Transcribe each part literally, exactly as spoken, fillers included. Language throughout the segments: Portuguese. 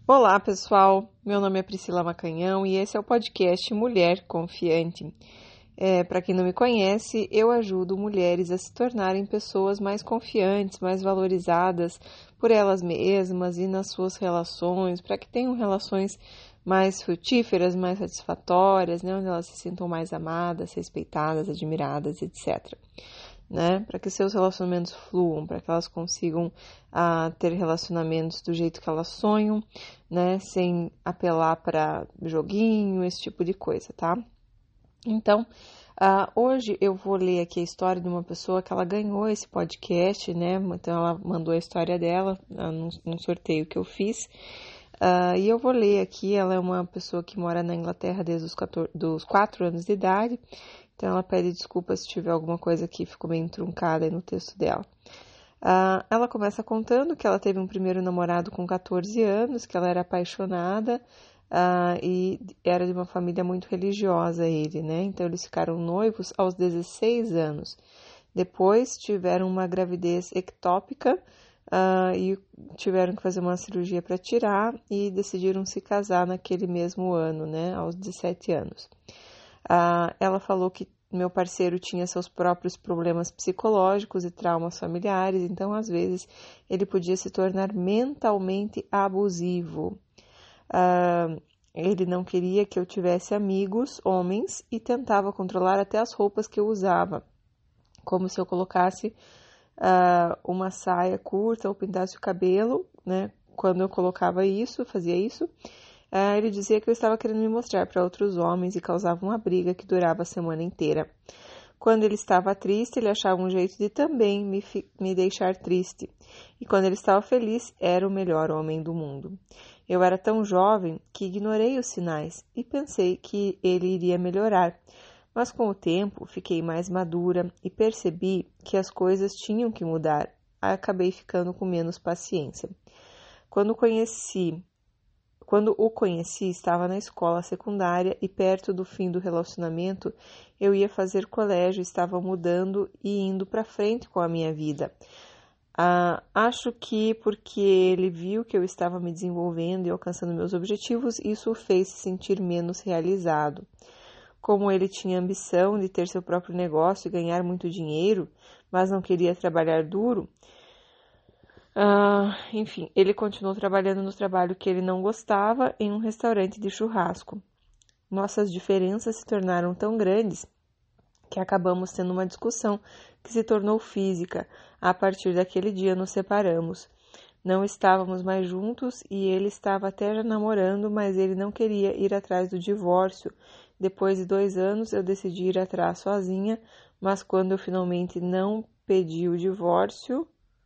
Olá, pessoal. Meu nome é Priscila Macanhão e esse é o podcast Mulher Confiante. É, para quem não me conhece, eu ajudo mulheres a se tornarem pessoas mais confiantes, mais valorizadas por elas mesmas e nas suas relações, para que tenham relações mais frutíferas, mais satisfatórias, né, onde elas se sintam mais amadas, respeitadas, admiradas, etcétera. Né, para que seus relacionamentos fluam, para que elas consigam ah, ter relacionamentos do jeito que elas sonham, né, sem apelar para joguinho, esse tipo de coisa, tá? Então, ah, hoje eu vou ler aqui a história de uma pessoa que ela ganhou esse podcast, né? Então, ela mandou a história dela ah, num, num sorteio que eu fiz. Uh, e eu vou ler aqui, ela é uma pessoa que mora na Inglaterra desde os quatorze, dos quatro anos de idade, então ela pede desculpas se tiver alguma coisa que ficou bem truncada aí no texto dela. Uh, ela começa contando que ela teve um primeiro namorado com quatorze anos, que ela era apaixonada uh, e era de uma família muito religiosa ele, né? Então eles ficaram noivos aos dezesseis anos. Depois tiveram uma gravidez ectópica, Uh, e tiveram que fazer uma cirurgia para tirar e decidiram se casar naquele mesmo ano, né, aos dezessete anos. Uh, ela falou que meu parceiro tinha seus próprios problemas psicológicos e traumas familiares, então às vezes ele podia se tornar mentalmente abusivo. Uh, ele não queria que eu tivesse amigos, homens, e tentava controlar até as roupas que eu usava, como se eu colocasse Uh, uma saia curta ou pintasse o cabelo, né? Quando eu colocava isso, fazia isso, uh, ele dizia que eu estava querendo me mostrar para outros homens e causava uma briga que durava a semana inteira. Quando ele estava triste, ele achava um jeito de também me, me deixar triste. E quando ele estava feliz, era o melhor homem do mundo. Eu era tão jovem que ignorei os sinais e pensei que ele iria melhorar. Mas com o tempo fiquei mais madura e percebi que as coisas tinham que mudar. Acabei ficando com menos paciência. Quando conheci, quando o conheci, estava na escola secundária e perto do fim do relacionamento, eu ia fazer colégio, estava mudando e indo para frente com a minha vida. Ah, acho que porque ele viu que eu estava me desenvolvendo e alcançando meus objetivos, isso o fez se sentir menos realizado. Como ele tinha ambição de ter seu próprio negócio e ganhar muito dinheiro, mas não queria trabalhar duro, uh, enfim, ele continuou trabalhando no trabalho que ele não gostava em um restaurante de churrasco. Nossas diferenças se tornaram tão grandes que acabamos tendo uma discussão que se tornou física. A partir daquele dia nos separamos. Não estávamos mais juntos e ele estava até já namorando, mas ele não queria ir atrás do divórcio. Depois de dois anos, eu decidi ir atrás sozinha, mas quando eu finalmente não pedi o divórcio,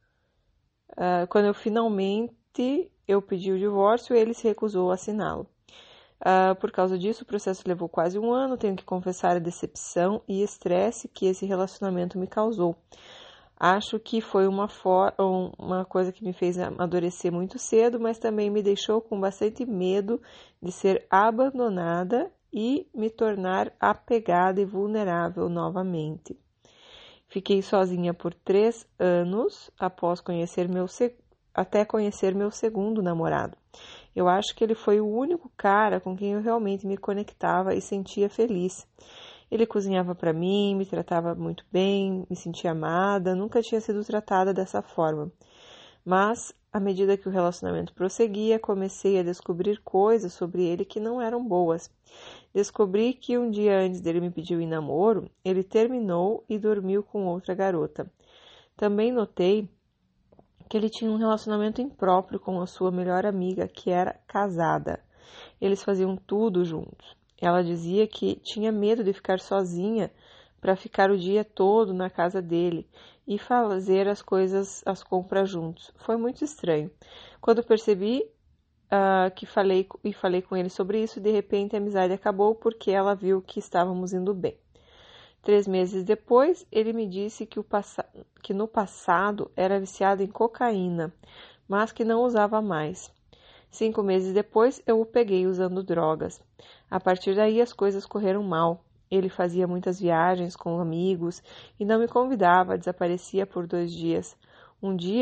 uh, quando eu finalmente eu pedi o divórcio, ele se recusou a assiná-lo. Uh, por causa disso, o processo levou quase um ano, tenho que confessar a decepção e estresse que esse relacionamento me causou. Acho que foi uma, for- uma coisa que me fez amadurecer muito cedo, mas também me deixou com bastante medo de ser abandonada e me tornar apegada e vulnerável novamente. Fiquei sozinha por três anos após conhecer meu até conhecer meu segundo namorado. Eu acho que ele foi o único cara com quem eu realmente me conectava e sentia feliz. Ele cozinhava para mim, me tratava muito bem, me sentia amada, nunca tinha sido tratada dessa forma. Mas, à medida que o relacionamento prosseguia, comecei a descobrir coisas sobre ele que não eram boas. Descobri que um dia antes dele me pedir em namoro, ele terminou e dormiu com outra garota. Também notei que ele tinha um relacionamento impróprio com a sua melhor amiga, que era casada. Eles faziam tudo juntos. Ela dizia que tinha medo de ficar sozinha para ficar o dia todo na casa dele e fazer as coisas, as compras juntos. Foi muito estranho. Quando percebi uh, que falei e falei com ele sobre isso, de repente a amizade acabou porque ela viu que estávamos indo bem. Três meses depois, ele me disse que, o pass- que no passado era viciado em cocaína, mas que não usava mais. Cinco meses depois, eu o peguei usando drogas. A partir daí, as coisas correram mal. Ele fazia muitas viagens com amigos e não me convidava, desaparecia por dois dias. Um dia,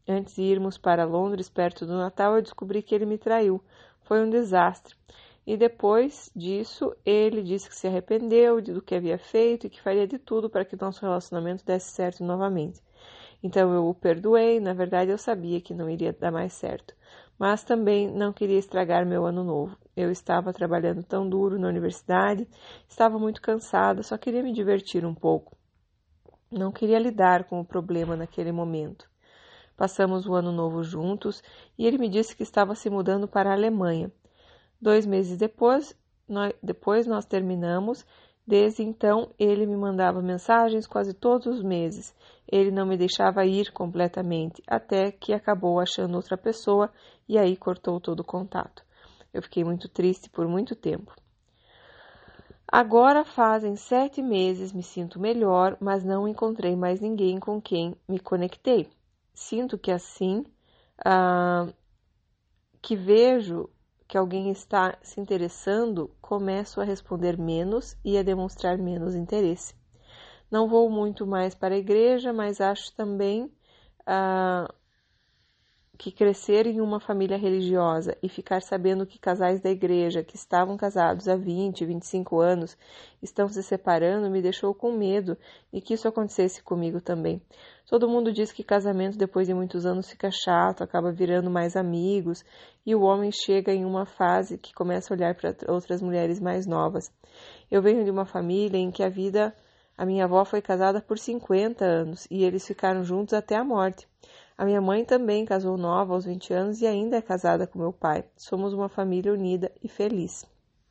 Antes de irmos para Londres perto do Natal, eu descobri que ele me traiu. Foi um desastre. E depois disso, ele disse que se arrependeu do que havia feito e que faria de tudo para que nosso relacionamento desse certo novamente. Então eu o perdoei, na verdade eu sabia que não iria dar mais certo. Mas também não queria estragar meu ano novo. Eu estava trabalhando tão duro na universidade, estava muito cansada, só queria me divertir um pouco. Não queria lidar com o problema naquele momento. Passamos o ano novo juntos e ele me disse que estava se mudando para a Alemanha. Dois meses depois nós, depois nós terminamos. Desde então, ele me mandava mensagens quase todos os meses. Ele não me deixava ir completamente, até que acabou achando outra pessoa e aí cortou todo o contato. Eu fiquei muito triste por muito tempo. Agora fazem sete meses, me sinto melhor, mas não encontrei mais ninguém com quem me conectei. Sinto que assim, ah, que vejo que alguém está se interessando, começo a responder menos e a demonstrar menos interesse. Não vou muito mais para a igreja, mas acho também ah, que crescer em uma família religiosa e ficar sabendo que casais da igreja que estavam casados há vinte, vinte e cinco anos estão se separando me deixou com medo de que isso acontecesse comigo também. Todo mundo diz que casamento depois de muitos anos fica chato, acaba virando mais amigos e o homem chega em uma fase que começa a olhar para outras mulheres mais novas. Eu venho de uma família em que a vida, a minha avó foi casada por cinquenta anos e eles ficaram juntos até a morte. A minha mãe também casou nova aos vinte anos e ainda é casada com meu pai. Somos uma família unida e feliz.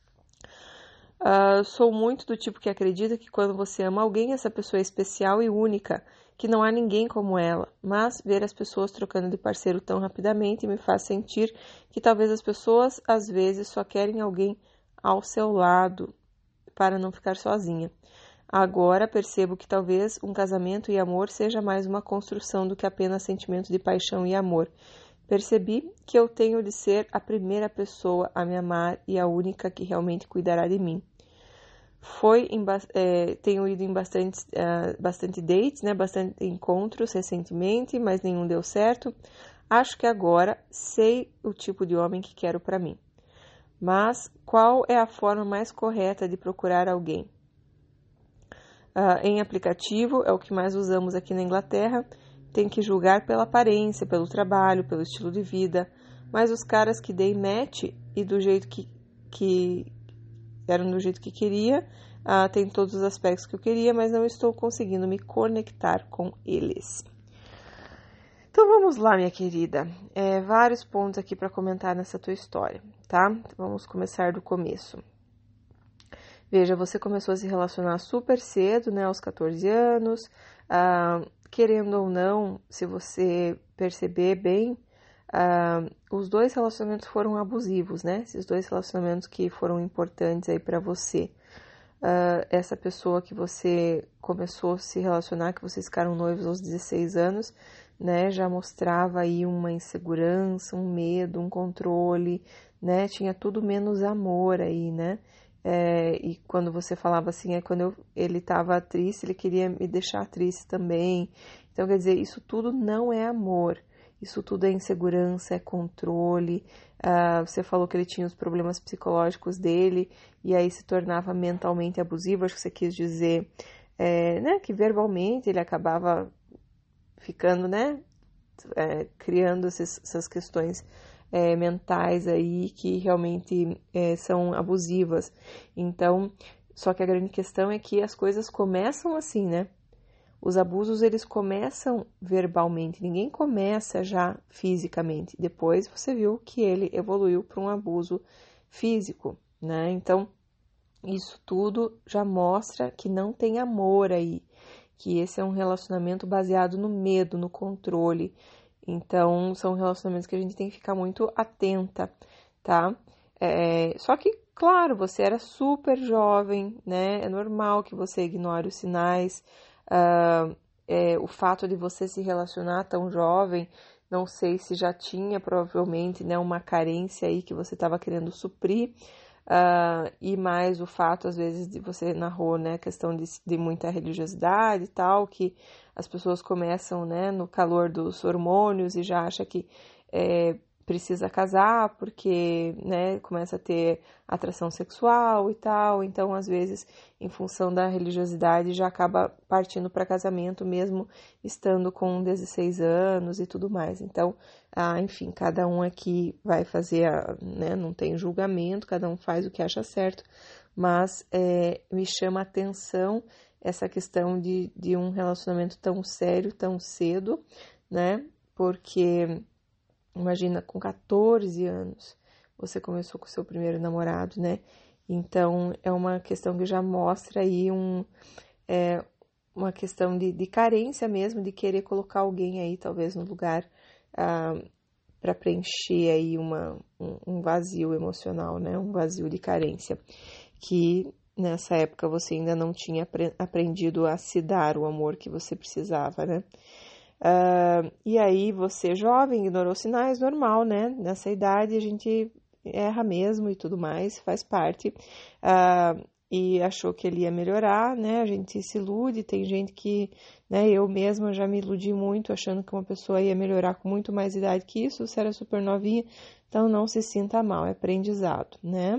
Uh, sou muito do tipo que acredita que quando você ama alguém, essa pessoa é especial e única, que não há ninguém como ela. Mas ver as pessoas trocando de parceiro tão rapidamente me faz sentir que talvez as pessoas, às vezes, só querem alguém ao seu lado para não ficar sozinha. Agora percebo que talvez um casamento e amor seja mais uma construção do que apenas sentimento de paixão e amor. Percebi que eu tenho de ser a primeira pessoa a me amar e a única que realmente cuidará de mim. Foi em, é, tenho ido em bastante, uh, bastante dates, né, bastante encontros recentemente, mas nenhum deu certo. Acho que agora sei o tipo de homem que quero para mim. Mas qual é a forma mais correta de procurar alguém? Uh, em aplicativo, é o que mais usamos aqui na Inglaterra, tem que julgar pela aparência, pelo trabalho, pelo estilo de vida, mas os caras que dei match e do jeito que, que eram do jeito que queria, uh, tem todos os aspectos que eu queria, mas não estou conseguindo me conectar com eles. Então vamos lá, minha querida, é, vários pontos aqui para comentar nessa tua história, tá? Vamos começar do começo. Veja, você começou a se relacionar super cedo, né, aos catorze anos, ah, querendo ou não, se você perceber bem, ah, os dois relacionamentos foram abusivos, né, esses dois relacionamentos que foram importantes aí para você. Ah, essa pessoa que você começou a se relacionar, que vocês ficaram noivos aos dezesseis anos, né, já mostrava aí uma insegurança, um medo, um controle, né, tinha tudo menos amor aí, né. É, e quando você falava assim, é quando eu, ele estava triste, ele queria me deixar triste também. Então, quer dizer, isso tudo não é amor, isso tudo é insegurança, é controle. Uh, você falou que ele tinha os problemas psicológicos dele e aí se tornava mentalmente abusivo. Acho que você quis dizer é, né, que verbalmente ele acabava ficando, né, é, criando esses, essas questões É, mentais aí que realmente é, são abusivas. Então, só que a grande questão é que as coisas começam assim, né? Os abusos, eles começam verbalmente, ninguém começa já fisicamente. Depois você viu que ele evoluiu para um abuso físico, né? Então, isso tudo já mostra que não tem amor aí, que esse é um relacionamento baseado no medo, no controle. Então, são relacionamentos que a gente tem que ficar muito atenta, tá? É, só que, claro, você era super jovem, né? É normal que você ignore os sinais. Uh, é, o fato de você se relacionar tão jovem, não sei se já tinha, provavelmente, né, uma carência aí que você estava querendo suprir. uh, e mais o fato, às vezes, de você narrou, né, a questão de, de muita religiosidade e tal, que as pessoas começam, né, no calor dos hormônios e já acha que é, precisa casar porque, né, começa a ter atração sexual e tal, então, às vezes, em função da religiosidade, já acaba partindo para casamento mesmo estando com dezesseis anos e tudo mais. Então, ah, enfim, cada um aqui vai fazer, a, né, não tem julgamento, cada um faz o que acha certo, mas é, me chama a atenção essa questão de, de um relacionamento tão sério, tão cedo, né, porque imagina, com quatorze anos, você começou com o seu primeiro namorado, né? Então, é uma questão que já mostra aí um, é, uma questão de, de carência mesmo, de querer colocar alguém aí, talvez, no lugar ah, para preencher aí uma, um, um vazio emocional, né? Um vazio de carência, que nessa época você ainda não tinha aprendido a se dar o amor que você precisava, né? Uh, e aí você jovem, ignorou sinais, normal, né? Nessa idade a gente erra mesmo e tudo mais, faz parte. Uh, e achou que ele ia melhorar, né? A gente se ilude, tem gente que, né? Eu mesma já me iludi muito achando que uma pessoa ia melhorar com muito mais idade que isso, você era super novinha, então não se sinta mal, é aprendizado, né?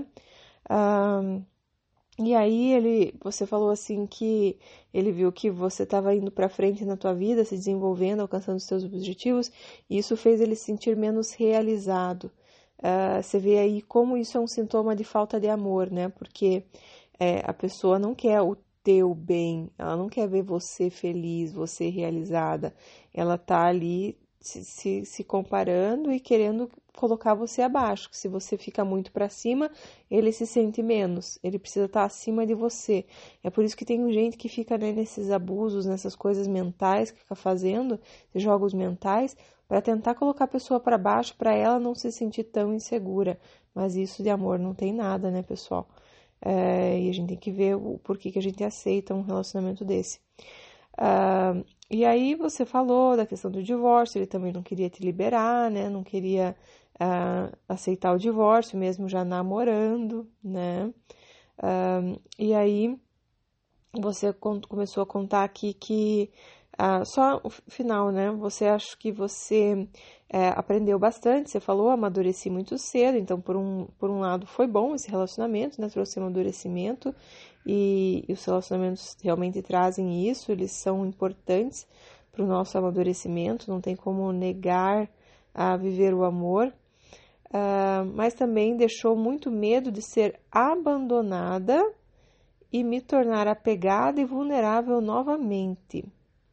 Uh, E aí ele, você falou assim que ele viu que você estava indo para frente na tua vida, se desenvolvendo, alcançando os seus objetivos, e isso fez ele se sentir menos realizado. Uh, você vê aí como isso é um sintoma de falta de amor, né? Porque é, a pessoa não quer o teu bem, ela não quer ver você feliz, você realizada. Ela tá ali se, se, se comparando e querendo colocar você abaixo. Se você fica muito para cima, ele se sente menos, ele precisa estar acima de você. É por isso que tem gente que fica, né, nesses abusos, nessas coisas mentais que fica fazendo, jogos mentais, para tentar colocar a pessoa para baixo, para ela não se sentir tão insegura. Mas isso de amor não tem nada, né, pessoal? É, e a gente tem que ver o porquê que a gente aceita um relacionamento desse. Uh, e aí você falou da questão do divórcio, ele também não queria te liberar, né? Não queria uh, aceitar o divórcio, mesmo já namorando, né? Uh, e aí você começou a contar aqui que uh, só o final, né? Você acha que você é, aprendeu bastante, você falou, amadureci muito cedo, então por um, por um lado foi bom esse relacionamento, né? Trouxe amadurecimento. E, e os relacionamentos realmente trazem isso, eles são importantes para o nosso amadurecimento, não tem como negar a viver o amor, uh, mas também deixou muito medo de ser abandonada e me tornar apegada e vulnerável novamente.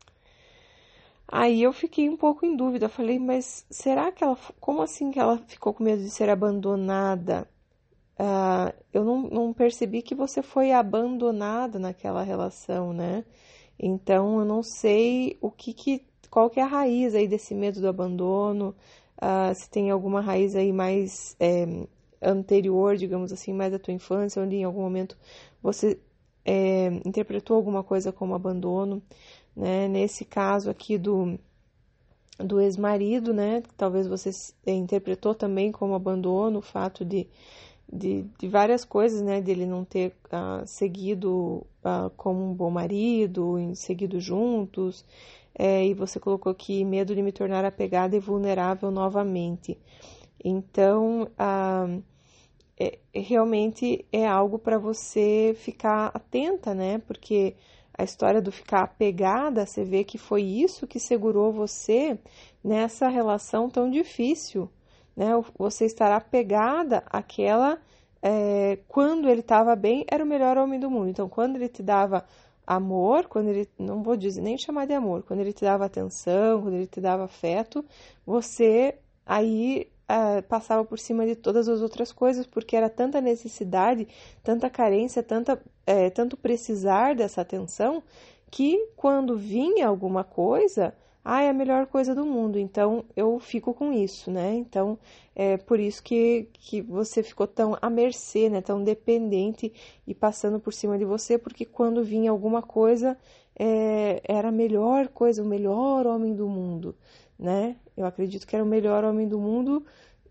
Aí eu fiquei um pouco em dúvida, falei, mas será que ela, como assim que ela ficou com medo de ser abandonada? Uh, eu não, não percebi que você foi abandonada naquela relação, né? Então, eu não sei o que, que qual que é a raiz aí desse medo do abandono, uh, se tem alguma raiz aí mais é, anterior, digamos assim, mais da tua infância, onde em algum momento você é, interpretou alguma coisa como abandono, né? Nesse caso aqui do, do ex-marido, né? Talvez você é, interpretou também como abandono o fato de De, de várias coisas, né, dele não ter uh, seguido uh, como um bom marido, seguido juntos, é, e você colocou aqui medo de me tornar apegada e vulnerável novamente. Então, uh, é, realmente é algo para você ficar atenta, né, porque a história do ficar apegada, você vê que foi isso que segurou você nessa relação tão difícil, né? Você estar apegada àquela, é, quando ele estava bem, era o melhor homem do mundo. Então, quando ele te dava amor, quando ele, não vou dizer nem chamar de amor, quando ele te dava atenção, quando ele te dava afeto, você aí é, passava por cima de todas as outras coisas, porque era tanta necessidade, tanta carência, tanta, é, tanto precisar dessa atenção, que quando vinha alguma coisa, ah, é a melhor coisa do mundo, então eu fico com isso, né? Então, é por isso que, que você ficou tão à mercê, né? Tão dependente e passando por cima de você, porque quando vinha alguma coisa, é, era a melhor coisa, o melhor homem do mundo, né? Eu acredito que era o melhor homem do mundo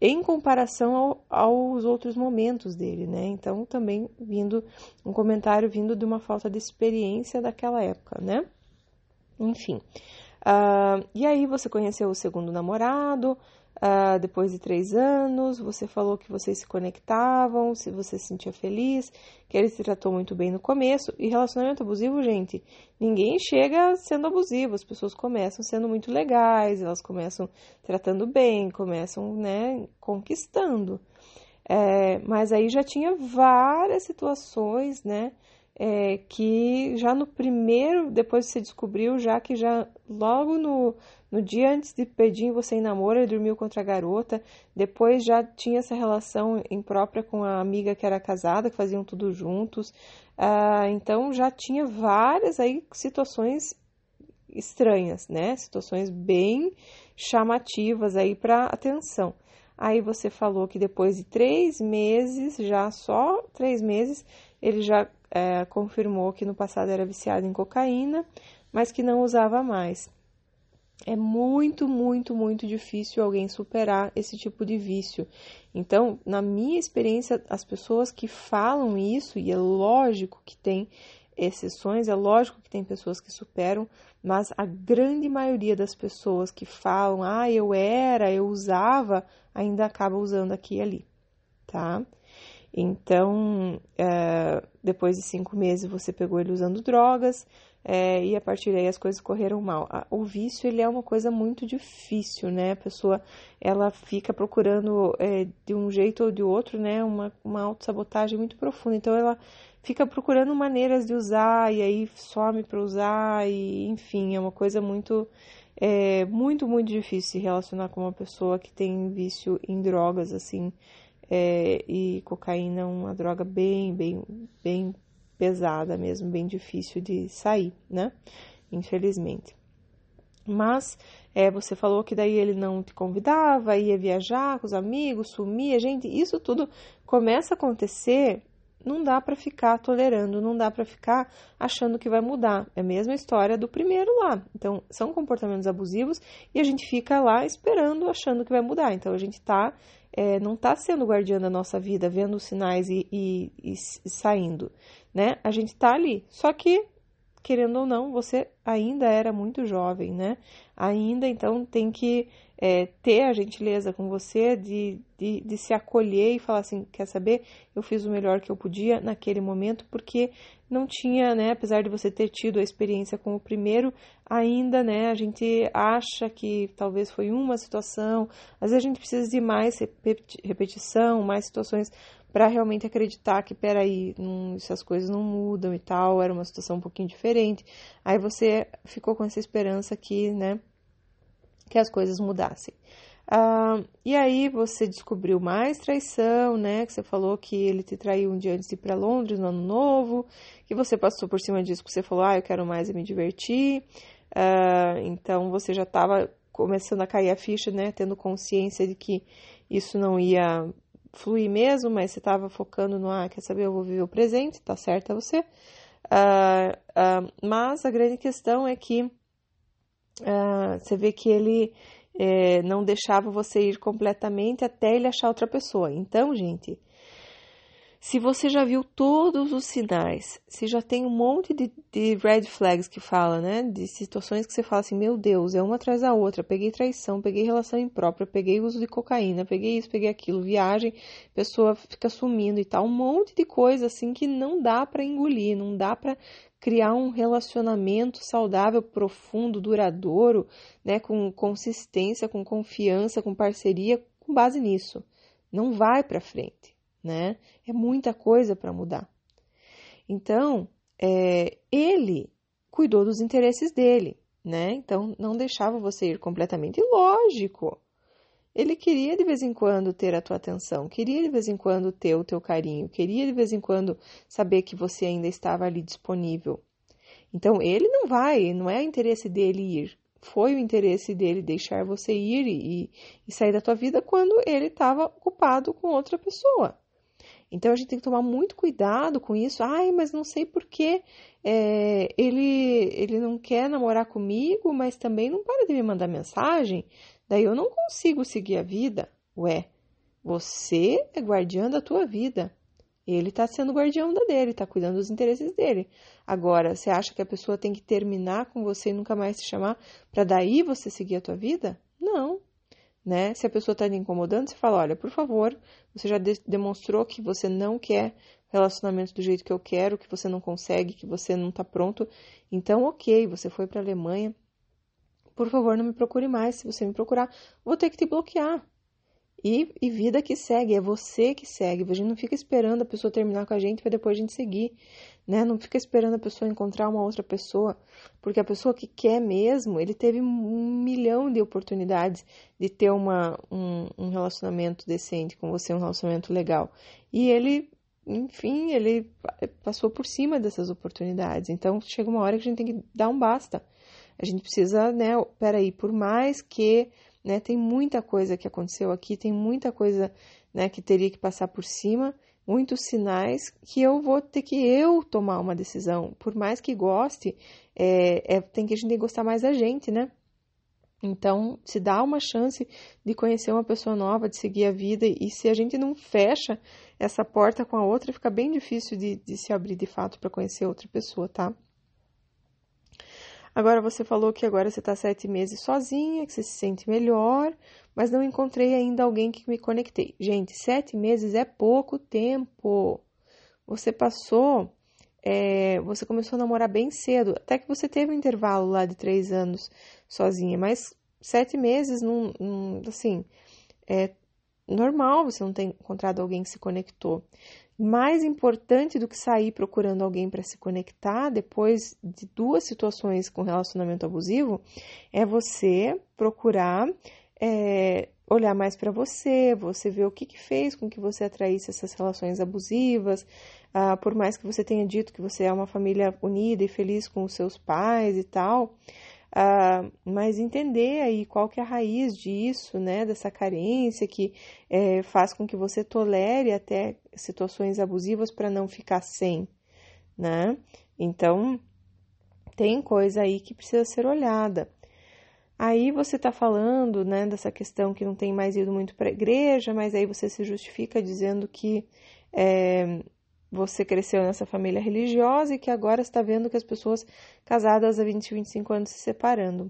em comparação ao, aos outros momentos dele, né? Então, também vindo um comentário vindo de uma falta de experiência daquela época, né? Enfim. Uh, e aí você conheceu o segundo namorado, uh, depois de três anos, você falou que vocês se conectavam, se você se sentia feliz, que ele se tratou muito bem no começo. E relacionamento abusivo, gente, ninguém chega sendo abusivo, as pessoas começam sendo muito legais, elas começam tratando bem, começam, né, conquistando. É, mas aí já tinha várias situações, né, É, que já no primeiro, depois você descobriu, já que já logo no, no dia antes de pedir você em namoro, ele dormiu contra a garota, depois já tinha essa relação imprópria com a amiga que era casada, que faziam tudo juntos, ah, então já tinha várias aí situações estranhas, né, situações bem chamativas aí para atenção. Aí você falou que depois de três meses, já só três meses, ele já é, confirmou que no passado era viciado em cocaína, mas que não usava mais. É muito, muito, muito difícil alguém superar esse tipo de vício. Então, na minha experiência, as pessoas que falam isso, e é lógico que tem exceções, é lógico que tem pessoas que superam, mas a grande maioria das pessoas que falam, ah, eu era, eu usava, ainda acaba usando aqui e ali, tá? Então, é, depois de cinco meses você pegou ele usando drogas, é, e a partir daí as coisas correram mal. O vício, ele é uma coisa muito difícil, né? A pessoa, ela fica procurando é, de um jeito ou de outro, né? Uma, uma autossabotagem muito profunda. Então, ela fica procurando maneiras de usar e aí some para usar e, enfim, é uma coisa muito, é, muito, muito difícil se relacionar com uma pessoa que tem vício em drogas, assim, é, e cocaína é uma droga bem, bem, bem pesada mesmo, bem difícil de sair, né? Infelizmente. Mas é, você falou que daí ele não te convidava, ia viajar com os amigos, sumia. Gente, isso tudo começa a acontecer, não dá para ficar tolerando, não dá para ficar achando que vai mudar. É a mesma história do primeiro lá. Então, são comportamentos abusivos e a gente fica lá esperando, achando que vai mudar. Então, a gente tá, é, não está sendo guardiã da nossa vida, vendo os sinais e, e, e, e saindo, né? A gente está ali, só que, querendo ou não, você ainda era muito jovem, né? Ainda, então, tem que é, ter a gentileza com você de, de, de se acolher e falar assim, quer saber? Eu fiz o melhor que eu podia naquele momento, porque não tinha, né? Apesar de você ter tido a experiência com o primeiro, ainda, né? A gente acha que talvez foi uma situação, às vezes a gente precisa de mais repetição, mais situações para realmente acreditar que, peraí, não, essas coisas não mudam e tal, era uma situação um pouquinho diferente. Aí você ficou com essa esperança que, né, que as coisas mudassem. Ah, e aí você descobriu mais traição, né, que você falou que ele te traiu um dia antes de ir para Londres, no ano novo, que você passou por cima disso, que você falou, ah, eu quero mais e me divertir. Ah, então você já estava começando a cair a ficha, né, tendo consciência de que isso não ia fluir mesmo, mas você estava focando no, ah, quer saber, eu vou viver o presente, tá certo, é você. Uh, uh, mas a grande questão é que uh, você vê que ele eh, não deixava você ir completamente até ele achar outra pessoa. Então, gente, se você já viu todos os sinais, se já tem um monte de, de red flags que fala, né? De situações que você fala assim, meu Deus, é uma atrás da outra. Peguei traição, peguei relação imprópria, peguei uso de cocaína, peguei isso, peguei aquilo, viagem, pessoa fica sumindo e tal. Um monte de coisa assim que não dá para engolir, não dá para criar um relacionamento saudável, profundo, duradouro, né? Com consistência, com confiança, com parceria, com base nisso. Não vai para frente. Né? É muita coisa para mudar. Então, é, ele cuidou dos interesses dele, né? Então, não deixava você ir completamente. E lógico, ele queria de vez em quando ter a tua atenção, queria de vez em quando ter o teu carinho, queria de vez em quando saber que você ainda estava ali disponível. Então, ele não vai, não é o interesse dele ir. Foi o interesse dele deixar você ir e, e sair da tua vida quando ele estava ocupado com outra pessoa. Então, a gente tem que tomar muito cuidado com isso. Ai, mas não sei por que é, ele, ele não quer namorar comigo, mas também não para de me mandar mensagem. Daí eu não consigo seguir a vida. Ué, Você é guardiã da tua vida. Ele está sendo guardião da dele, está cuidando dos interesses dele. Agora, você acha que a pessoa tem que terminar com você e nunca mais te chamar para daí você seguir a tua vida? Não. Né? Se a pessoa está te incomodando, você fala, olha, por favor, você já de- demonstrou que você não quer relacionamento do jeito que eu quero, que você não consegue, que você não está pronto. Então, ok, você foi para a Alemanha. Por favor, não me procure mais. Se você me procurar, vou ter que te bloquear. E, e vida que segue, é você que segue. A gente não fica esperando a pessoa terminar com a gente para depois a gente seguir, né? Não fica esperando a pessoa encontrar uma outra pessoa, porque a pessoa que quer mesmo, ele teve um milhão de oportunidades de ter uma, um, um relacionamento decente com você, um relacionamento legal. E ele, enfim, ele passou por cima dessas oportunidades. Então, chega uma hora que a gente tem que dar um basta. A gente precisa, né? Peraí, por mais que... Né, tem muita coisa que aconteceu aqui, tem muita coisa, né, que teria que passar por cima, muitos sinais que eu vou ter que eu tomar uma decisão. Por mais que goste, é, é, tem que a gente tem que gostar mais da gente, né? Então, se dá uma chance de conhecer uma pessoa nova, de seguir a vida, e se a gente não fecha essa porta com a outra, fica bem difícil de, de se abrir de fato para conhecer outra pessoa, tá? Agora você falou que agora você está sete meses sozinha, que você se sente melhor, mas não encontrei ainda alguém que me conectei. Gente, sete meses é pouco tempo. Você passou, é, você começou a namorar bem cedo, até que você teve um intervalo lá de três anos sozinha, mas sete meses, não, não, assim, é normal você não ter encontrado alguém que se conectou. Mais importante do que sair procurando alguém para se conectar depois de duas situações com relacionamento abusivo é você procurar é, olhar mais para você, você ver o que, que fez com que você atraísse essas relações abusivas, ah, por mais que você tenha dito que você é uma família unida e feliz com os seus pais e tal. Uh, mas entender aí qual que é a raiz disso, né, dessa carência que é, faz com que você tolere até situações abusivas para não ficar sem, né? Então, tem coisa aí que precisa ser olhada. Aí você está falando, né, dessa questão que não tem mais ido muito para a igreja, mas aí você se justifica dizendo que é, você cresceu nessa família religiosa e que agora está vendo que as pessoas casadas há vinte, vinte e cinco anos se separando.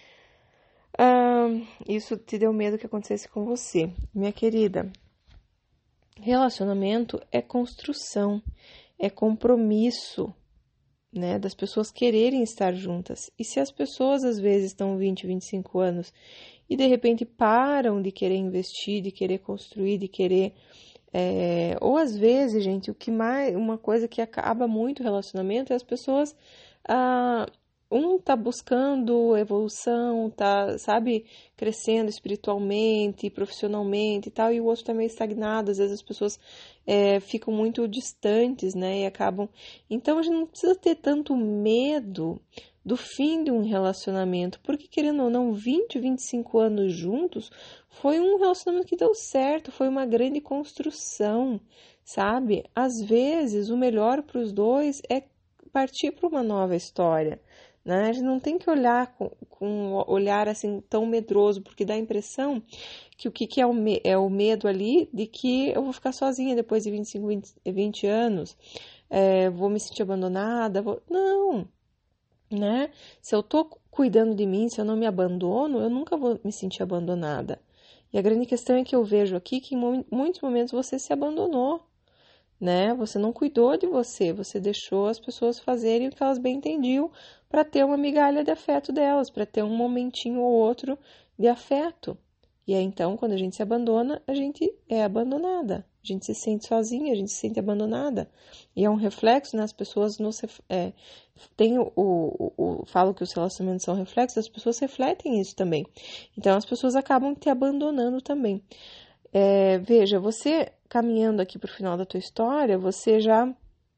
Ah, isso te deu medo que acontecesse com você. Minha querida, relacionamento é construção, é compromisso, né, das pessoas quererem estar juntas. E se as pessoas às vezes estão vinte, vinte e cinco anos e de repente param de querer investir, de querer construir, de querer... É, ou às vezes, gente, o que mais, uma coisa que acaba muito o relacionamento é as pessoas, ah, um tá buscando evolução, tá, sabe, crescendo espiritualmente, profissionalmente e tal, e o outro tá meio estagnado. Às vezes as pessoas é, ficam muito distantes, né, e acabam... Então a gente não precisa ter tanto medo do fim de um relacionamento, porque querendo ou não, vinte, vinte e cinco anos juntos foi um relacionamento que deu certo, foi uma grande construção, sabe? Às vezes o melhor para os dois é partir para uma nova história, né? A gente não tem que olhar com, com um olhar assim tão medroso, porque dá a impressão que o que, que é, o me, é o medo ali de que eu vou ficar sozinha depois de vinte e cinco, vinte, vinte anos, é, vou me sentir abandonada, vou... não, né? Se eu tô cuidando de mim, se eu não me abandono, eu nunca vou me sentir abandonada. E a grande questão é que eu vejo aqui que em muitos momentos você se abandonou, né? Você não cuidou de você, você deixou as pessoas fazerem o que elas bem entendiam para ter uma migalha de afeto delas, para ter um momentinho ou outro de afeto. E aí, então, quando a gente se abandona, a gente é abandonada. A gente se sente sozinha, a gente se sente abandonada. E é um reflexo, né? As pessoas nos... É, tem o, o, o... Falo que os relacionamentos são reflexos, as pessoas refletem isso também. Então, as pessoas acabam te abandonando também. É, veja, você caminhando aqui para o final da tua história, você já...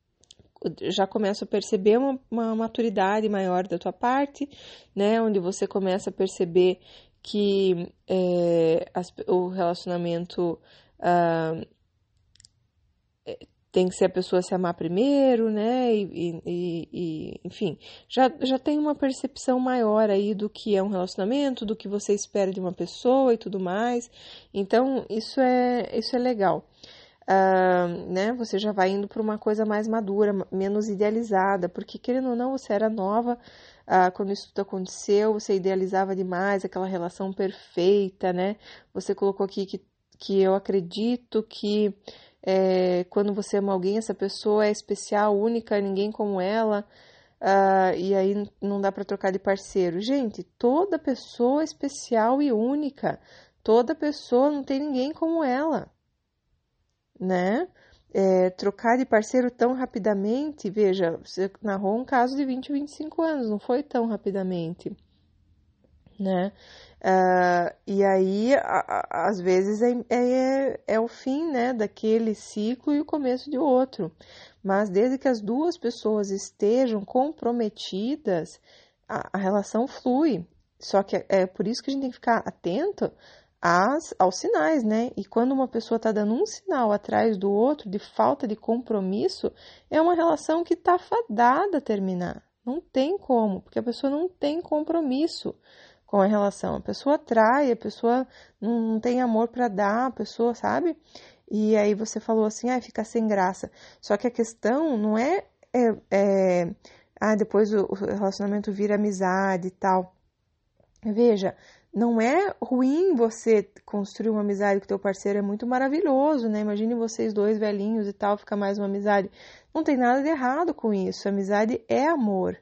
já começa a perceber uma, uma maturidade maior da tua parte, né? Onde você começa a perceber que é, as, o relacionamento ah, tem que ser a pessoa se amar primeiro, né? E, e, e enfim, já, já tem uma percepção maior aí do que é um relacionamento, do que você espera de uma pessoa e tudo mais. Então, isso é, isso é legal. Uh, né? Você já vai indo para uma coisa mais madura, menos idealizada, porque querendo ou não, você era nova uh, quando isso tudo aconteceu, você idealizava demais aquela relação perfeita, né? Você colocou aqui que, que eu acredito que é, quando você ama alguém, essa pessoa é especial, única, ninguém como ela, uh, e aí não dá para trocar de parceiro. Gente, toda pessoa é especial e única, toda pessoa não tem ninguém como ela. Né? É, trocar de parceiro tão rapidamente, veja, você narrou um caso de vinte, vinte e cinco anos, não foi tão rapidamente, né? Uh, e aí, a, a, às vezes, é, é, é o fim, né, daquele ciclo e o começo de outro. Mas desde que as duas pessoas estejam comprometidas, a, a relação flui. Só que é, é por isso que a gente tem que ficar atento As, aos sinais, né? E quando uma pessoa está dando um sinal atrás do outro de falta de compromisso, é uma relação que está fadada a terminar. Não tem como, porque a pessoa não tem compromisso com a relação. A pessoa atrai, a pessoa não, não tem amor para dar, a pessoa, sabe? E aí você falou assim, ah, fica sem graça. Só que a questão não é, é, é ah, depois o, o relacionamento vira amizade e tal. Veja, não é ruim você construir uma amizade com teu parceiro, é muito maravilhoso, né? Imagine vocês dois velhinhos e tal, fica mais uma amizade. Não tem nada de errado com isso, amizade é amor.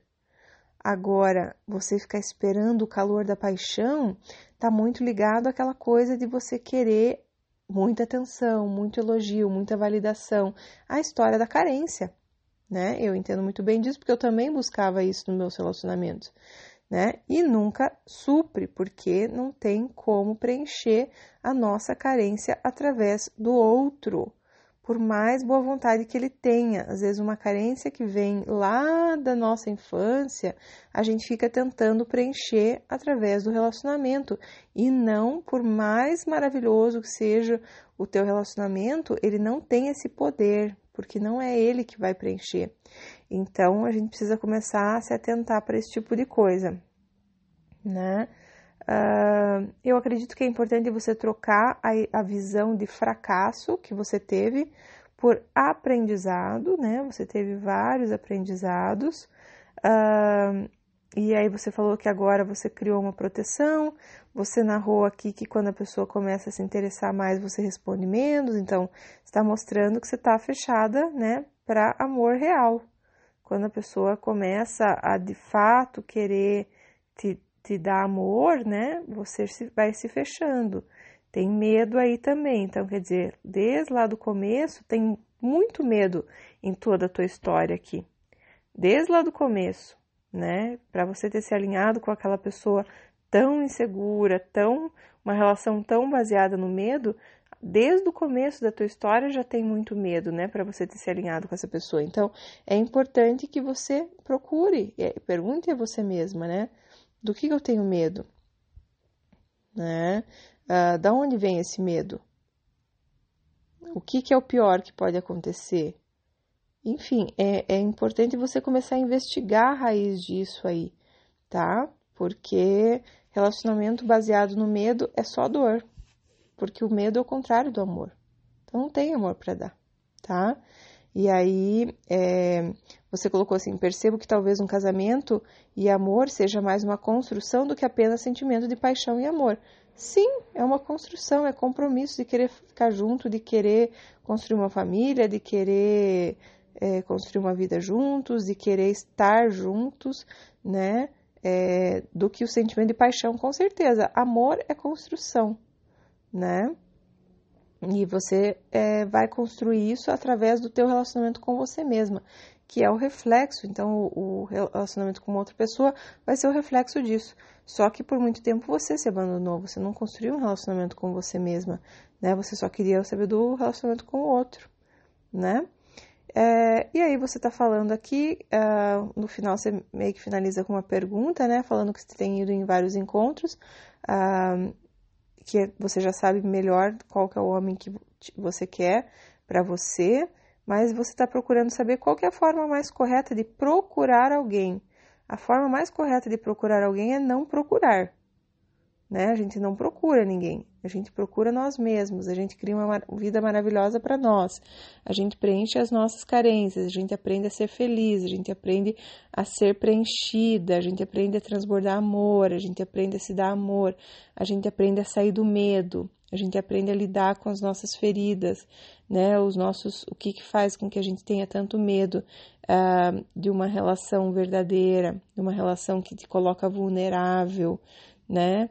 Agora, você ficar esperando o calor da paixão, tá muito ligado àquela coisa de você querer muita atenção, muito elogio, muita validação. A história da carência, né? Eu entendo muito bem disso, porque eu também buscava isso nos meus relacionamentos. Né? E nunca supre, porque não tem como preencher a nossa carência através do outro, por mais boa vontade que ele tenha. Às vezes uma carência que vem lá da nossa infância, a gente fica tentando preencher através do relacionamento, e não, por mais maravilhoso que seja o teu relacionamento, ele não tem esse poder, porque não é ele que vai preencher. Então, a gente precisa começar a se atentar para esse tipo de coisa, né? Uh, eu acredito que é importante você trocar a, a visão de fracasso que você teve por aprendizado, né? Você teve vários aprendizados, uh, e aí você falou que agora você criou uma proteção, você narrou aqui que quando a pessoa começa a se interessar mais, você responde menos, então está mostrando que você está fechada, né, para amor real. Quando a pessoa começa a, de fato, querer te, te dar amor, né, você se, vai se fechando. Tem medo aí também. Então, quer dizer, desde lá do começo, tem muito medo em toda a tua história aqui. Desde lá do começo, né, para você ter se alinhado com aquela pessoa tão insegura, tão, uma relação tão baseada no medo, desde o começo da tua história já tem muito medo, né, para você ter se alinhado com essa pessoa. Então, é importante que você procure, pergunte a você mesma, né, do que eu tenho medo, né, uh, da onde vem esse medo? O que, que é o pior que pode acontecer? Enfim, é, é importante você começar a investigar a raiz disso aí, tá? Porque relacionamento baseado no medo é só dor. Porque o medo é o contrário do amor. Então, não tem amor para dar, tá? E aí, é, você colocou assim, percebo que talvez um casamento e amor seja mais uma construção do que apenas sentimento de paixão e amor. Sim, é uma construção, é compromisso de querer ficar junto, de querer construir uma família, de querer é, construir uma vida juntos, de querer estar juntos, né? É, do que o sentimento de paixão, com certeza. Amor é construção, né? E você é, vai construir isso através do teu relacionamento com você mesma, que é o reflexo. Então, o, o relacionamento com outra pessoa vai ser o reflexo disso. Só que por muito tempo você se abandonou, você não construiu um relacionamento com você mesma, né? Você só queria saber do relacionamento com o outro, né? É, e aí você está falando aqui, uh, no final você meio que finaliza com uma pergunta, né? Falando que você tem ido em vários encontros, uh, que você já sabe melhor qual que é o homem que você quer para você, mas você está procurando saber qual que é a forma mais correta de procurar alguém. A forma mais correta de procurar alguém é não procurar, né? A gente não procura ninguém, a gente procura nós mesmos, a gente cria uma vida maravilhosa para nós, a gente preenche as nossas carências, a gente aprende a ser feliz, a gente aprende a ser preenchida, a gente aprende a transbordar amor, a gente aprende a se dar amor, a gente aprende a sair do medo, a gente aprende a lidar com as nossas feridas, né? Os nossos, o que que faz com que a gente tenha tanto medo uh, de uma relação verdadeira, de uma relação que te coloca vulnerável, né?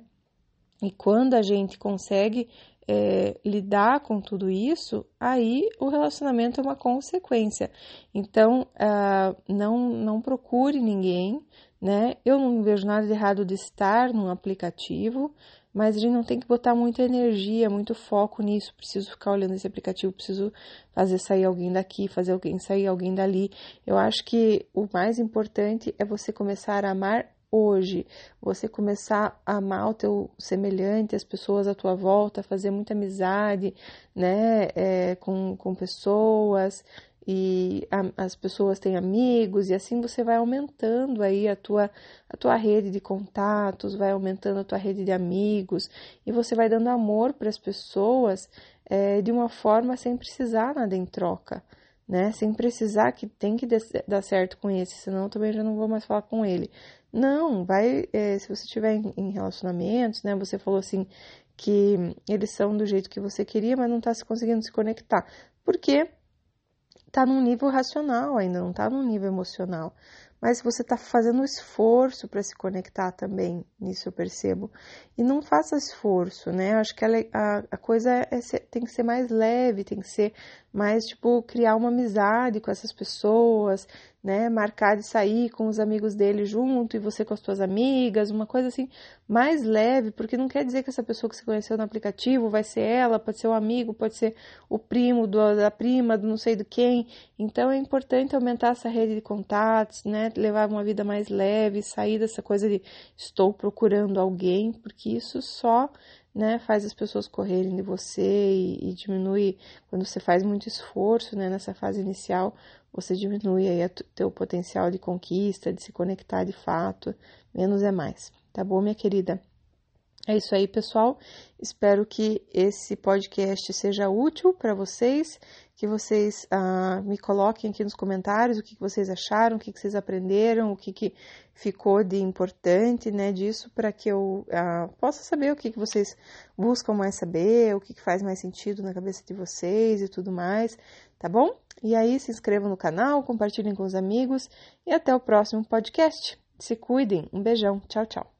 E quando a gente consegue é, lidar com tudo isso, aí o relacionamento é uma consequência. Então, uh, não, não procure ninguém, né? Eu não vejo nada de errado de estar num aplicativo, mas a gente não tem que botar muita energia, muito foco nisso. Preciso ficar olhando esse aplicativo, preciso fazer sair alguém daqui, fazer alguém sair alguém dali. Eu acho que o mais importante é você começar a amar hoje, você começar a amar o teu semelhante, as pessoas à tua volta, fazer muita amizade, né, é, com, com pessoas, e a, as pessoas têm amigos, e assim você vai aumentando aí a tua, a tua rede de contatos, vai aumentando a tua rede de amigos, e você vai dando amor para as pessoas é, de uma forma sem precisar nada em troca, né, sem precisar que tem que dar certo com esse, senão eu também já não vou mais falar com ele. Não, vai, é, se você estiver em, em relacionamentos, né, você falou assim que eles são do jeito que você queria, mas não está se conseguindo se conectar, porque está num nível racional ainda, não está num nível emocional, mas você está fazendo um esforço para se conectar também, nisso eu percebo, e não faça esforço, né, acho que a, a, a coisa é ser, tem que ser mais leve, tem que ser mais, tipo, criar uma amizade com essas pessoas, né, marcar de sair com os amigos dele junto e você com as suas amigas, uma coisa assim mais leve, porque não quer dizer que essa pessoa que você conheceu no aplicativo vai ser ela, pode ser o amigo, pode ser o primo do, da prima, do não sei do quem. Então é importante aumentar essa rede de contatos, né, levar uma vida mais leve, sair dessa coisa de estou procurando alguém, porque isso só, né, faz as pessoas correrem de você e, e diminui, quando você faz muito esforço, né, nessa fase inicial, você diminui aí o teu potencial de conquista, de se conectar de fato, menos é mais, tá bom, minha querida? É isso aí, pessoal, espero que esse podcast seja útil para vocês, que vocês ah, me coloquem aqui nos comentários o que, que vocês acharam, o que, que vocês aprenderam, o que, que ficou de importante, né, disso, para que eu ah, possa saber o que, que vocês buscam mais saber, o que, que faz mais sentido na cabeça de vocês e tudo mais, tá bom? E aí, se inscrevam no canal, compartilhem com os amigos e até o próximo podcast. Se cuidem, um beijão, tchau, tchau.